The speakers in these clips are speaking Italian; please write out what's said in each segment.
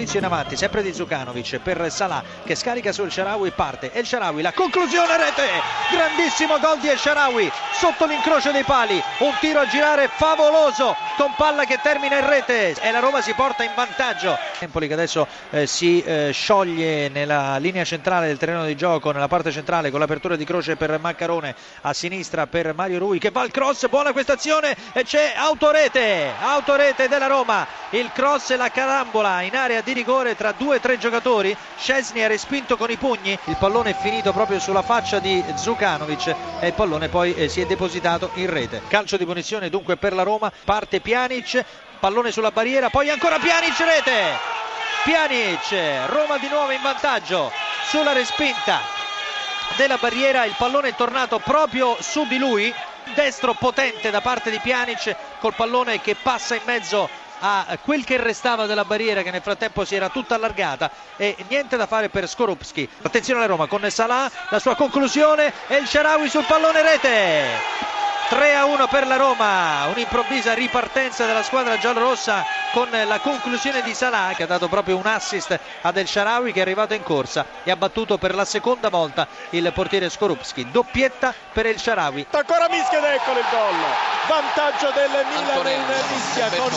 servizio in avanti sempre di Djukanovic per Salah che scarica sul Shaarawy, parte El Shaarawy, la conclusione, rete, grandissimo gol di El Shaarawy sotto l'incrocio dei pali, un tiro a girare favoloso con palla che termina in rete e la Roma si porta in vantaggio. Empoli che adesso si scioglie nella linea centrale del terreno di gioco, nella parte centrale, con l'apertura di croce per Maccarone, a sinistra per Mario Rui che va al cross, buona questa azione e c'è autorete della Roma, il cross e la carambola in area di rigore tra 2 o 3 giocatori. Szczęsny ha respinto con i pugni, il pallone è finito proprio sulla faccia di Djukanovic e il pallone poi si è depositato in rete. Calcio di punizione dunque per la Roma, parte Pjanic, pallone sulla barriera, poi ancora Pjanic, rete, Pjanic, Roma di nuovo in vantaggio sulla respinta della barriera, il pallone è tornato proprio su di lui, destro potente da parte di Pjanic col pallone che passa in mezzo a quel che restava della barriera che nel frattempo si era tutta allargata e niente da fare per Skorupski. Attenzione alla Roma con Salah, la sua conclusione e il Shaarawy sul pallone, rete. 3-1 per la Roma, un'improvvisa ripartenza della squadra giallorossa con la conclusione di Salah che ha dato proprio un assist ad El Shaarawy che è arrivato in corsa e ha battuto per la seconda volta il portiere Skorupski. Doppietta per El Shaarawy. Ancora Mischia ed eccolo il gol. Vantaggio del Milan in Mischia con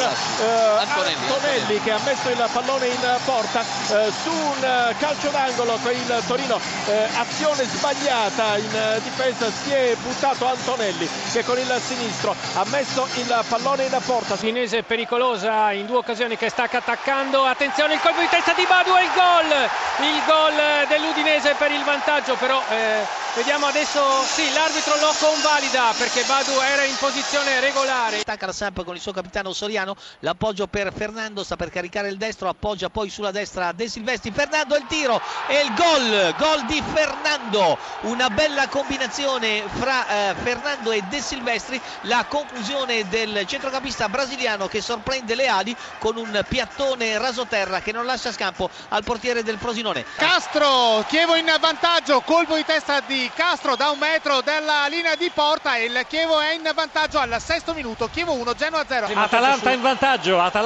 Antonelli che ha messo il pallone in porta su un calcio d'angolo con il Torino. Azione sbagliata in difesa, si è buttato Antonelli che con il sinistro ha messo il pallone in porta. Udinese pericolosa in 2 occasioni che stacca attaccando, attenzione il colpo di testa di Badu e il gol dell'Udinese per il vantaggio, però vediamo adesso, sì, l'arbitro lo convalida perché Badu era in posizione regolare. Stacca la Samp con il suo capitano Soriano, l'appoggio per Fernando, sta per caricare il destro, appoggia poi sulla destra De Silvestri, Fernando il tiro e il gol di Fernando, una bella combinazione fra Fernando e De Silvestri, la conclusione del centrocampista brasiliano che sorprende le ali con un piattone rasoterra che non lascia scampo al portiere del Frosinone. Castro, Chievo in vantaggio, colpo di testa di Castro da 1 metro dalla linea di porta e il Chievo è in vantaggio al 6° minuto, Chievo 1, Genoa 0. Atalanta in vantaggio al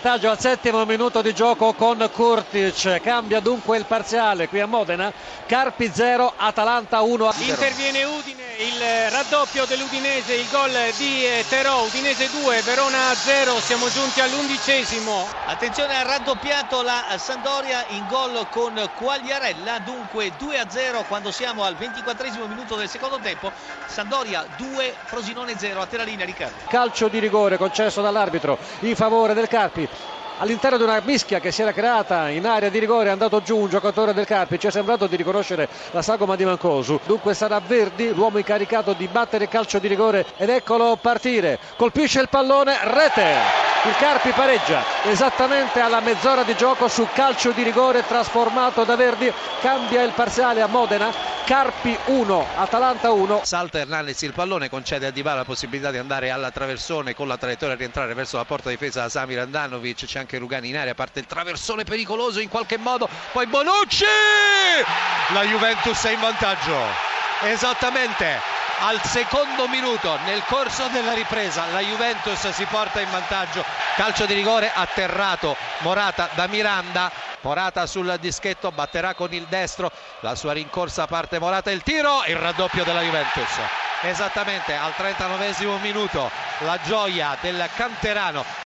7° minuto di gioco con Kurtic, cambia dunque il parziale qui a Modena, Carpi 0, Atalanta 1. Interviene Udine, il raddoppio dell'Udinese, il gol di Terò, Udinese 2, Verona 0, siamo giunti all'11°. Attenzione, ha raddoppiato la Sampdoria in gol con Quagliarella, dunque 2-0 quando siamo al 24° minuto del secondo tempo. Sampdoria 2, Frosinone 0. A te la linea, Riccardo. Calcio di rigore concesso dall'arbitro in favore del Carpi. All'interno di una mischia che si era creata in area di rigore è andato giù un giocatore del Carpi, ci è sembrato di riconoscere la sagoma di Mancosu, dunque sarà Verdi l'uomo incaricato di battere il calcio di rigore ed eccolo partire, colpisce il pallone, rete. Il Carpi pareggia esattamente alla mezz'ora di gioco su calcio di rigore trasformato da Verdi, cambia il parziale a Modena, Carpi 1, Atalanta 1. Salta Hernandez il pallone, concede a Dybala la possibilità di andare alla traversone con la traiettoria a rientrare verso la porta difesa da Samir Handanovic, c'è anche Rugani in area, parte il traversone pericoloso in qualche modo, poi Bonucci! La Juventus è in vantaggio, esattamente al 2° minuto, nel corso della ripresa la Juventus si porta in vantaggio. Calcio di rigore atterrato Morata da Miranda, Morata sul dischetto, batterà con il destro, la sua rincorsa parte Morata, il tiro, il raddoppio della Juventus. Esattamente al 39° minuto la gioia del canterano.